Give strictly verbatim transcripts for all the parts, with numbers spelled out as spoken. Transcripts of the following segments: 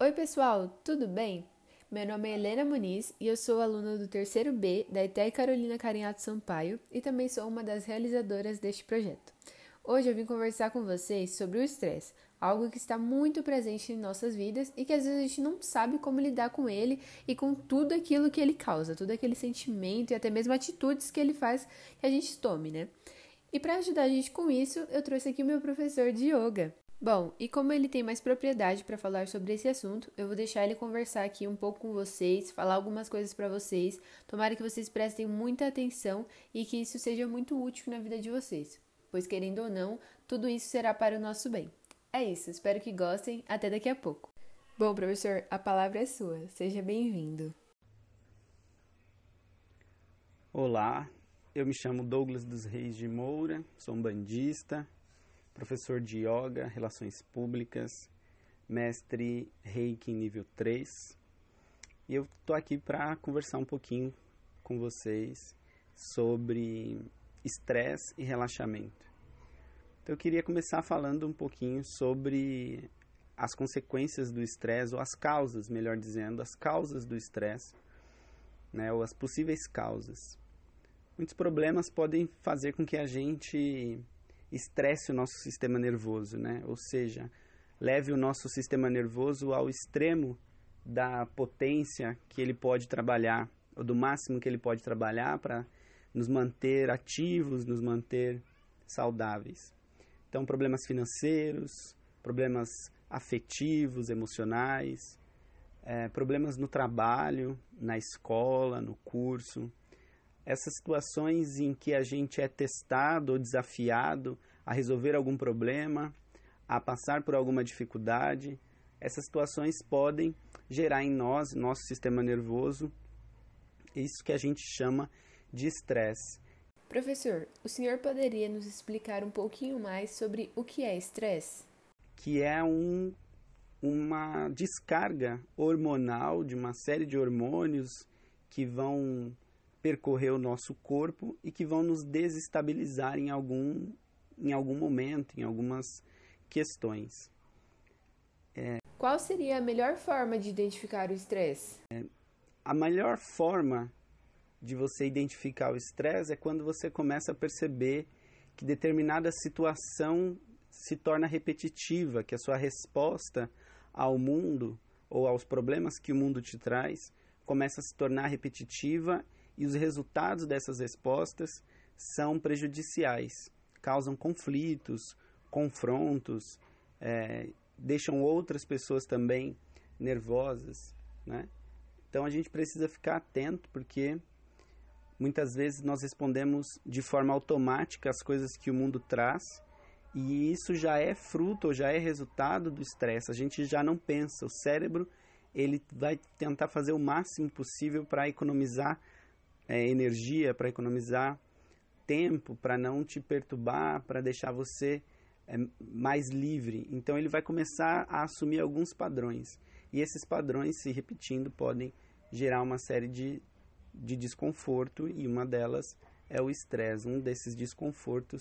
Oi, pessoal, tudo bem? Meu nome é Helena Muniz e eu sou aluna do terceiro B da ETEC Carolina Carinhato Sampaio e também sou uma das realizadoras deste projeto. Hoje eu vim conversar com vocês sobre o estresse, algo que está muito presente em nossas vidas e que às vezes a gente não sabe como lidar com ele e com tudo aquilo que ele causa, todo aquele sentimento e até mesmo atitudes que ele faz que a gente tome, né? E para ajudar a gente com isso, eu trouxe aqui o meu professor de yoga. Bom, e como ele tem mais propriedade para falar sobre esse assunto, eu vou deixar ele conversar aqui um pouco com vocês, falar algumas coisas para vocês. Tomara que vocês prestem muita atenção e que isso seja muito útil na vida de vocês, pois querendo ou não, tudo isso será para o nosso bem. É isso, espero que gostem. Até daqui a pouco. Bom, professor, a palavra é sua. Seja bem-vindo. Olá, eu me chamo Douglas dos Reis de Moura, sou um bandista, professor de Yoga, Relações Públicas, mestre Reiki nível três. E eu estou aqui para conversar um pouquinho com vocês sobre estresse e relaxamento. Então eu queria começar falando um pouquinho sobre as consequências do estresse, ou as causas, melhor dizendo, as causas do estresse, né, ou as possíveis causas. Muitos problemas podem fazer com que a gente estresse o nosso sistema nervoso, né? Ou seja, leve o nosso sistema nervoso ao extremo da potência que ele pode trabalhar, ou do máximo que ele pode trabalhar para nos manter ativos, nos manter saudáveis. Então, problemas financeiros, problemas afetivos, emocionais, é, problemas no trabalho, na escola, no curso. Essas situações em que a gente é testado ou desafiado a resolver algum problema, a passar por alguma dificuldade, essas situações podem gerar em nós, nosso sistema nervoso, isso que a gente chama de estresse. Professor, o senhor poderia nos explicar um pouquinho mais sobre o que é estresse? Que é um, uma descarga hormonal de uma série de hormônios que vão percorrer o nosso corpo e que vão nos desestabilizar em algum, em algum momento, em algumas questões. É, Qual seria a melhor forma de identificar o estresse? É, a melhor forma de você identificar o estresse é quando você começa a perceber que determinada situação se torna repetitiva, que a sua resposta ao mundo ou aos problemas que o mundo te traz começa a se tornar repetitiva e os resultados dessas respostas são prejudiciais, causam conflitos, confrontos, é, deixam outras pessoas também nervosas, né? Então a gente precisa ficar atento porque muitas vezes nós respondemos de forma automática às coisas que o mundo traz e isso já é fruto ou já é resultado do estresse. A gente já não pensa, o cérebro ele vai tentar fazer o máximo possível para economizar É, energia, para economizar tempo, para não te perturbar, para deixar você é, mais livre. Então ele vai começar a assumir alguns padrões. E esses padrões, se repetindo, podem gerar uma série de, de desconforto e uma delas é o estresse. Um desses desconfortos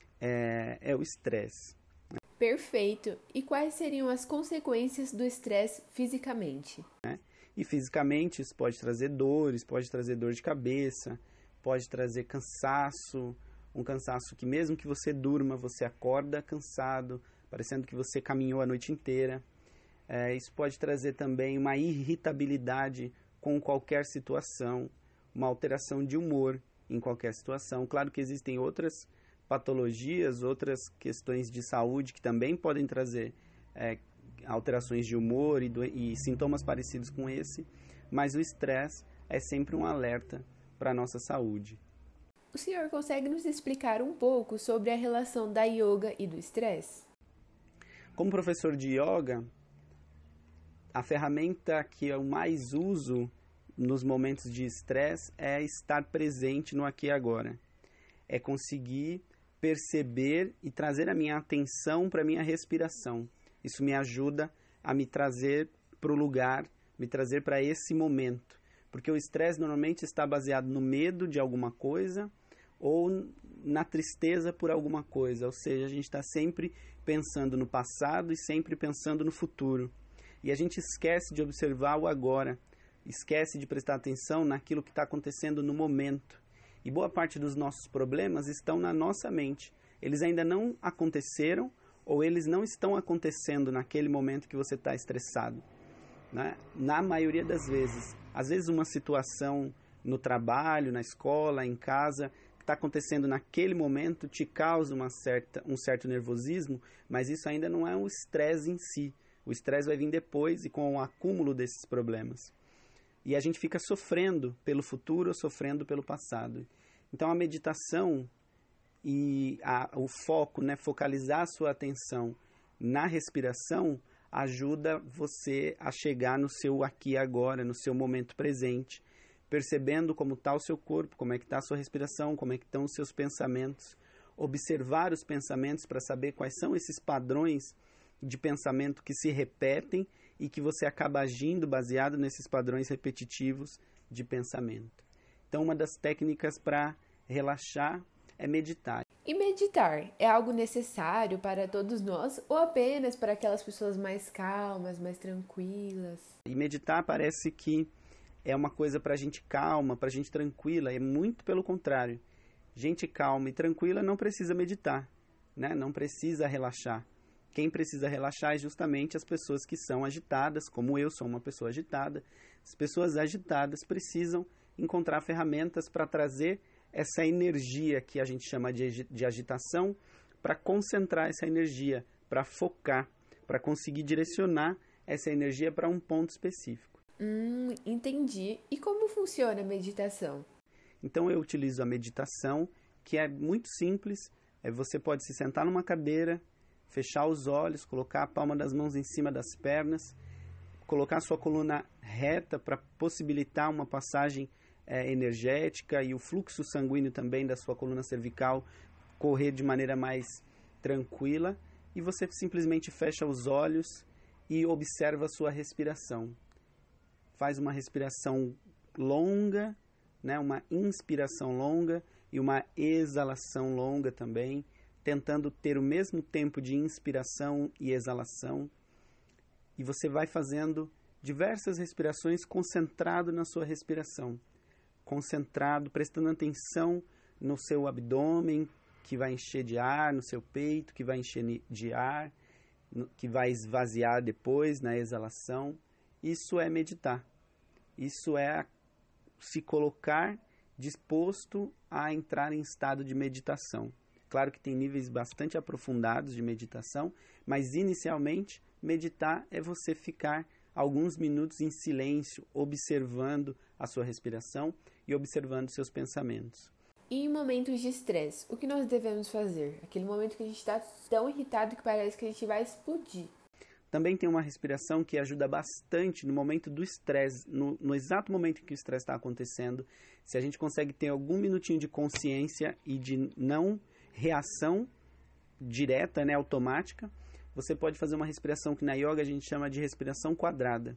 é, é o estresse. Perfeito. E quais seriam as consequências do estresse fisicamente? Né? E fisicamente isso pode trazer dores, pode trazer dor de cabeça, pode trazer cansaço, um cansaço que mesmo que você durma, você acorda cansado, parecendo que você caminhou a noite inteira. É, isso pode trazer também uma irritabilidade com qualquer situação, uma alteração de humor em qualquer situação. Claro que existem outras patologias, outras questões de saúde que também podem trazer é, alterações de humor e, do, e sintomas parecidos com esse, mas o estresse é sempre um alerta para a nossa saúde. O senhor consegue nos explicar um pouco sobre a relação da yoga e do estresse? Como professor de yoga, a ferramenta que eu mais uso nos momentos de estresse é estar presente no aqui e agora. É conseguir perceber e trazer a minha atenção para a minha respiração. Isso me ajuda a me trazer para o lugar, me trazer para esse momento. Porque o estresse normalmente está baseado no medo de alguma coisa ou na tristeza por alguma coisa. Ou seja, a gente está sempre pensando no passado e sempre pensando no futuro. E a gente esquece de observar o agora, esquece de prestar atenção naquilo que está acontecendo no momento. E boa parte dos nossos problemas estão na nossa mente. Eles ainda não aconteceram ou eles não estão acontecendo naquele momento que você está estressado, né? Na maioria das vezes. Às vezes uma situação no trabalho, na escola, em casa, que está acontecendo naquele momento te causa uma certa, um certo nervosismo, mas isso ainda não é o estresse em si. O estresse vai vir depois e com o acúmulo desses problemas. E a gente fica sofrendo pelo futuro ou sofrendo pelo passado. Então a meditação e a, o foco, né, focalizar a sua atenção na respiração, ajuda você a chegar no seu aqui e agora, no seu momento presente, percebendo como está o seu corpo, como é que está a sua respiração, como é que estão os seus pensamentos, observar os pensamentos para saber quais são esses padrões de pensamento que se repetem e que você acaba agindo baseado nesses padrões repetitivos de pensamento. Então, uma das técnicas para relaxar é meditar. E meditar é algo necessário para todos nós ou apenas para aquelas pessoas mais calmas, mais tranquilas? E meditar parece que é uma coisa para gente calma, para gente tranquila, é muito pelo contrário. Gente calma e tranquila não precisa meditar, né? Não precisa relaxar. Quem precisa relaxar é justamente as pessoas que são agitadas, como eu sou uma pessoa agitada. As pessoas agitadas precisam encontrar ferramentas para trazer essa energia que a gente chama de, de agitação, para concentrar essa energia, para focar, para conseguir direcionar essa energia para um ponto específico. Hum, entendi. E como funciona a meditação? Então eu utilizo a meditação, que é muito simples. É, você pode se sentar numa cadeira, fechar os olhos, colocar a palma das mãos em cima das pernas, colocar a sua coluna reta para possibilitar uma passagem é, energética e o fluxo sanguíneo também da sua coluna cervical correr de maneira mais tranquila. E você simplesmente fecha os olhos e observa a sua respiração. Faz uma respiração longa, né, uma inspiração longa e uma exalação longa também, tentando ter o mesmo tempo de inspiração e exalação. E você vai fazendo diversas respirações concentrado na sua respiração. Concentrado, prestando atenção no seu abdômen, que vai encher de ar, no seu peito, que vai encher de ar, que vai esvaziar depois na exalação. Isso é meditar. Isso é se colocar disposto a entrar em estado de meditação. Claro que tem níveis bastante aprofundados de meditação, mas inicialmente meditar é você ficar alguns minutos em silêncio, observando a sua respiração e observando seus pensamentos. E em momentos de estresse, o que nós devemos fazer? Aquele momento que a gente está tão irritado que parece que a gente vai explodir. Também tem uma respiração que ajuda bastante no momento do estresse, no, no exato momento em que o estresse está acontecendo. Se a gente consegue ter algum minutinho de consciência e de não reação direta, né, automática, você pode fazer uma respiração que na yoga a gente chama de respiração quadrada.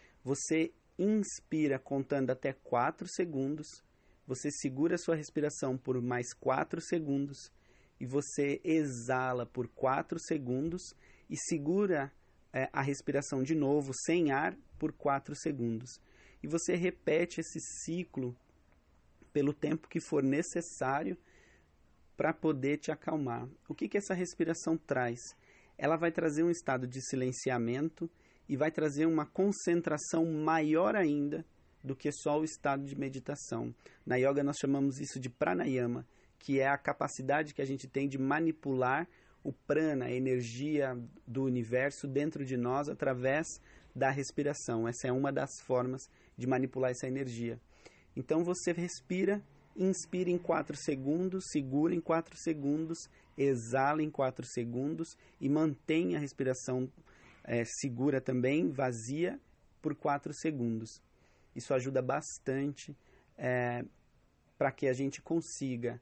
Você inspira contando até quatro segundos, você segura a sua respiração por mais quatro segundos e você exala por quatro segundos e segura é, a respiração de novo, sem ar, por quatro segundos. E você repete esse ciclo pelo tempo que for necessário para poder te acalmar. O que, que essa respiração traz? Ela vai trazer um estado de silenciamento e vai trazer uma concentração maior ainda do que só o estado de meditação. Na yoga nós chamamos isso de pranayama, que é a capacidade que a gente tem de manipular o prana, a energia do universo dentro de nós através da respiração. Essa é uma das formas de manipular essa energia. Então você respira, inspira em quatro segundos, segura em quatro segundos, exala em quatro segundos e mantém a respiração é, segura também, vazia, por quatro segundos. Isso ajuda bastante é, para que a gente consiga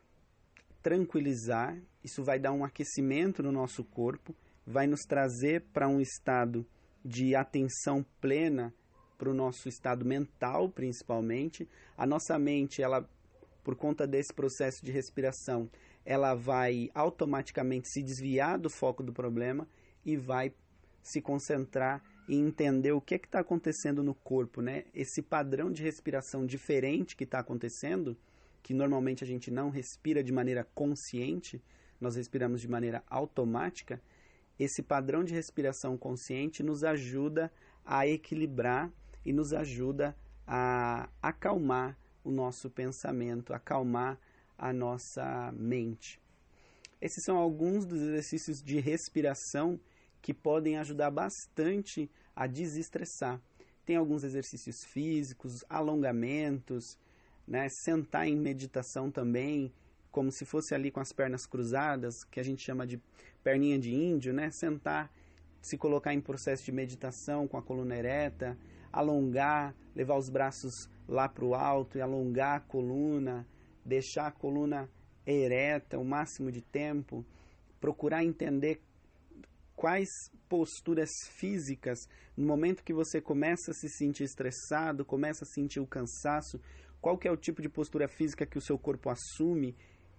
tranquilizar. Isso vai dar um aquecimento no nosso corpo, vai nos trazer para um estado de atenção plena, para o nosso estado mental principalmente. A nossa mente, ela, por conta desse processo de respiração, ela vai automaticamente se desviar do foco do problema e vai se concentrar e entender o que está acontecendo no corpo, né? Esse padrão de respiração diferente que está acontecendo, que normalmente a gente não respira de maneira consciente, nós respiramos de maneira automática. Esse padrão de respiração consciente nos ajuda a equilibrar e nos ajuda a acalmar o nosso pensamento, acalmar a nossa mente. Esses são alguns dos exercícios de respiração que podem ajudar bastante a desestressar. Tem alguns exercícios físicos, alongamentos, né? Sentar em meditação também, como se fosse ali com as pernas cruzadas, que a gente chama de perninha de índio, né? Sentar, se colocar em processo de meditação com a coluna ereta, alongar, levar os braços lá para o alto e alongar a coluna, deixar a coluna ereta o máximo de tempo, procurar entender quais posturas físicas, no momento que você começa a se sentir estressado, começa a sentir o cansaço, qual que é o tipo de postura física que o seu corpo assume,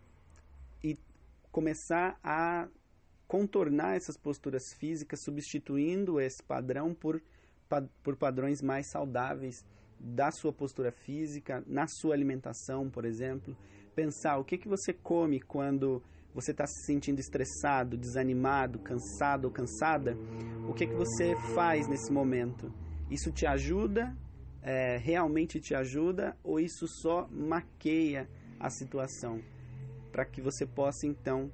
e começar a contornar essas posturas físicas, substituindo esse padrão por, por padrões mais saudáveis da sua postura física, na sua alimentação, por exemplo. Pensar o que, que você come quando você está se sentindo estressado, desanimado, cansado ou cansada. O que, que você faz nesse momento? Isso te ajuda? É, realmente te ajuda? Ou isso só maqueia a situação? Para que você possa, então,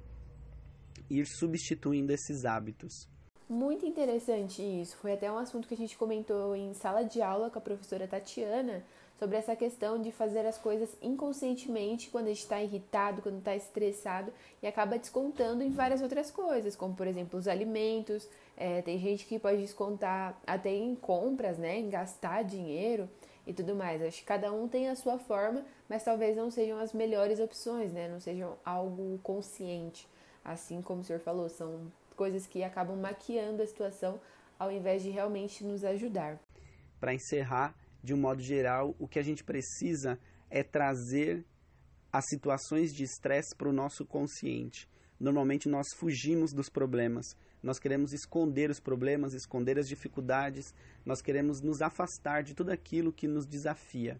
ir substituindo esses hábitos. Muito interessante isso. Foi até um assunto que a gente comentou em sala de aula com a professora Tatiana, sobre essa questão de fazer as coisas inconscientemente quando a gente está irritado, quando está estressado, e acaba descontando em várias outras coisas, como, por exemplo, os alimentos. É, tem gente que pode descontar até em compras, né, em gastar dinheiro e tudo mais. Acho que cada um tem a sua forma, mas talvez não sejam as melhores opções, né, não sejam algo consciente. Assim como o senhor falou, são coisas que acabam maquiando a situação ao invés de realmente nos ajudar. Para encerrar, de um modo geral, o que a gente precisa é trazer as situações de estresse para o nosso consciente. Normalmente nós fugimos dos problemas, nós queremos esconder os problemas, esconder as dificuldades, nós queremos nos afastar de tudo aquilo que nos desafia.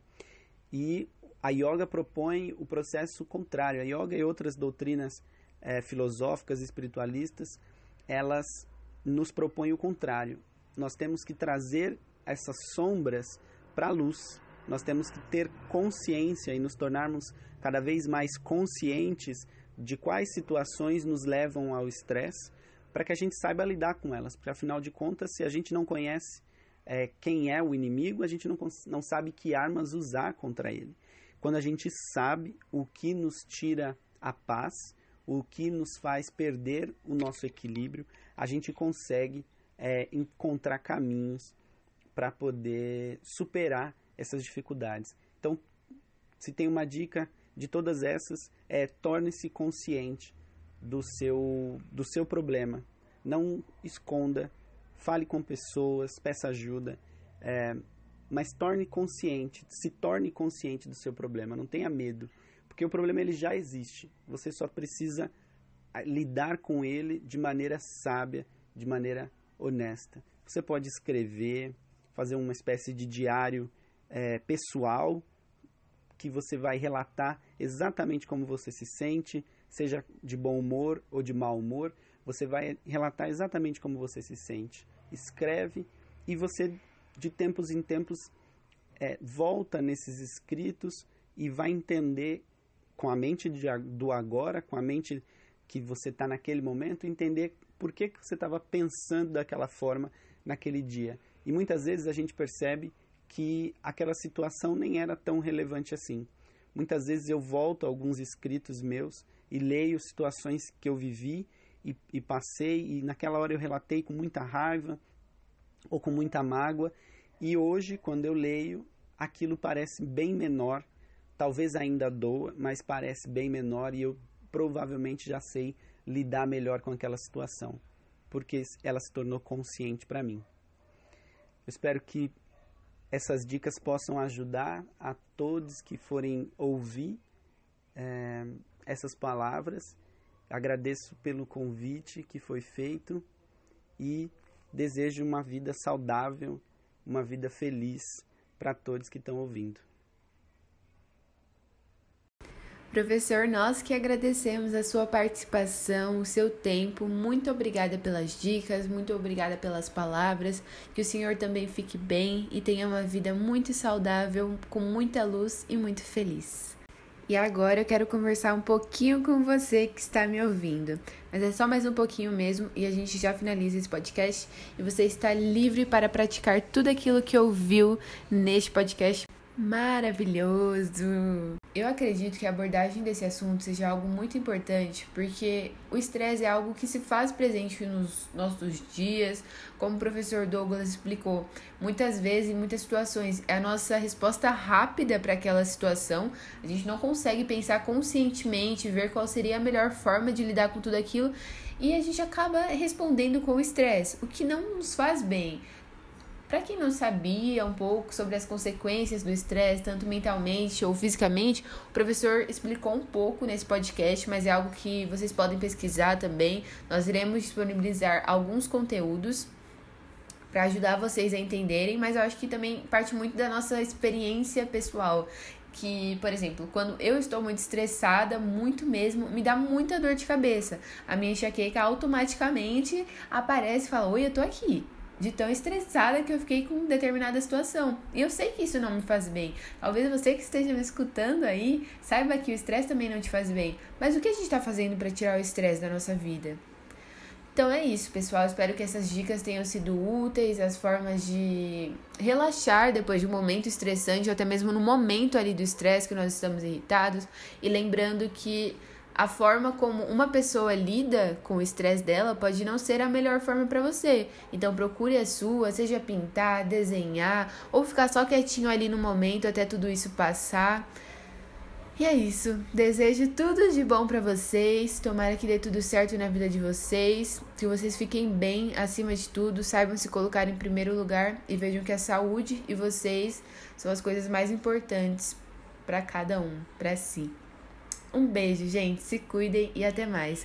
E a yoga propõe o processo contrário. A yoga e outras doutrinas é, filosóficas, espiritualistas, elas nos propõem o contrário. Nós temos que trazer essas sombras para a luz. Nós temos que ter consciência e nos tornarmos cada vez mais conscientes de quais situações nos levam ao estresse, para que a gente saiba lidar com elas. Porque, afinal de contas, se a gente não conhece é, quem é o inimigo, a gente não, não sabe que armas usar contra ele. Quando a gente sabe o que nos tira a paz, o que nos faz perder o nosso equilíbrio, a gente consegue é, encontrar caminhos para poder superar essas dificuldades. Então, se tem uma dica de todas essas, é torne-se consciente do seu, do seu problema. Não esconda, fale com pessoas, peça ajuda, é, mas torne consciente, se torne consciente do seu problema, não tenha medo, porque o problema ele já existe, você só precisa lidar com ele de maneira sábia, de maneira honesta. Você pode escrever, fazer uma espécie de diário é, pessoal, que você vai relatar exatamente como você se sente, seja de bom humor ou de mau humor, você vai relatar exatamente como você se sente. Escreve e você, de tempos em tempos, é, volta nesses escritos e vai entender com a mente de, do agora, com a mente que você está naquele momento, entender por que, que você estava pensando daquela forma naquele dia. E muitas vezes a gente percebe que aquela situação nem era tão relevante assim. Muitas vezes eu volto a alguns escritos meus e leio situações que eu vivi e, e passei, e naquela hora eu relatei com muita raiva ou com muita mágoa, e hoje, quando eu leio, aquilo parece bem menor, talvez ainda doa, mas parece bem menor, e eu provavelmente já sei lidar melhor com aquela situação, porque ela se tornou consciente para mim. Eu espero que essas dicas possam ajudar a todos que forem ouvir é, essas palavras. Agradeço pelo convite que foi feito e desejo uma vida saudável, uma vida feliz para todos que estão ouvindo. Professor, nós que agradecemos a sua participação, o seu tempo. Muito obrigada pelas dicas, muito obrigada pelas palavras. Que o senhor também fique bem e tenha uma vida muito saudável, com muita luz e muito feliz. E agora eu quero conversar um pouquinho com você que está me ouvindo. Mas é só mais um pouquinho mesmo e a gente já finaliza esse podcast. E você está livre para praticar tudo aquilo que ouviu neste podcast maravilhoso! Eu acredito que a abordagem desse assunto seja algo muito importante, porque o estresse é algo que se faz presente nos nossos dias, como o professor Douglas explicou. Muitas vezes, em muitas situações, é a nossa resposta rápida para aquela situação. A gente não consegue pensar conscientemente, ver qual seria a melhor forma de lidar com tudo aquilo, e a gente acaba respondendo com o estresse, o que não nos faz bem. Para quem não sabia um pouco sobre as consequências do estresse, tanto mentalmente ou fisicamente, o professor explicou um pouco nesse podcast, mas é algo que vocês podem pesquisar também. Nós iremos disponibilizar alguns conteúdos para ajudar vocês a entenderem, mas eu acho que também parte muito da nossa experiência pessoal. Que, por exemplo, quando eu estou muito estressada, muito mesmo, me dá muita dor de cabeça. A minha enxaqueca automaticamente aparece e fala, oi, eu tô aqui. De tão estressada que eu fiquei com determinada situação. E eu sei que isso não me faz bem. Talvez você que esteja me escutando aí, saiba que o estresse também não te faz bem. Mas o que a gente está fazendo para tirar o estresse da nossa vida? Então é isso, pessoal. Espero que essas dicas tenham sido úteis, as formas de relaxar depois de um momento estressante, ou até mesmo no momento ali do estresse que nós estamos irritados. E lembrando que a forma como uma pessoa lida com o estresse dela pode não ser a melhor forma para você. Então procure a sua, seja pintar, desenhar ou ficar só quietinho ali no momento até tudo isso passar. E é isso. Desejo tudo de bom para vocês. Tomara que dê tudo certo na vida de vocês. Que vocês fiquem bem acima de tudo. Saibam se colocar em primeiro lugar e vejam que a saúde e vocês são as coisas mais importantes para cada um, para si. Um beijo, gente. Se cuidem e até mais.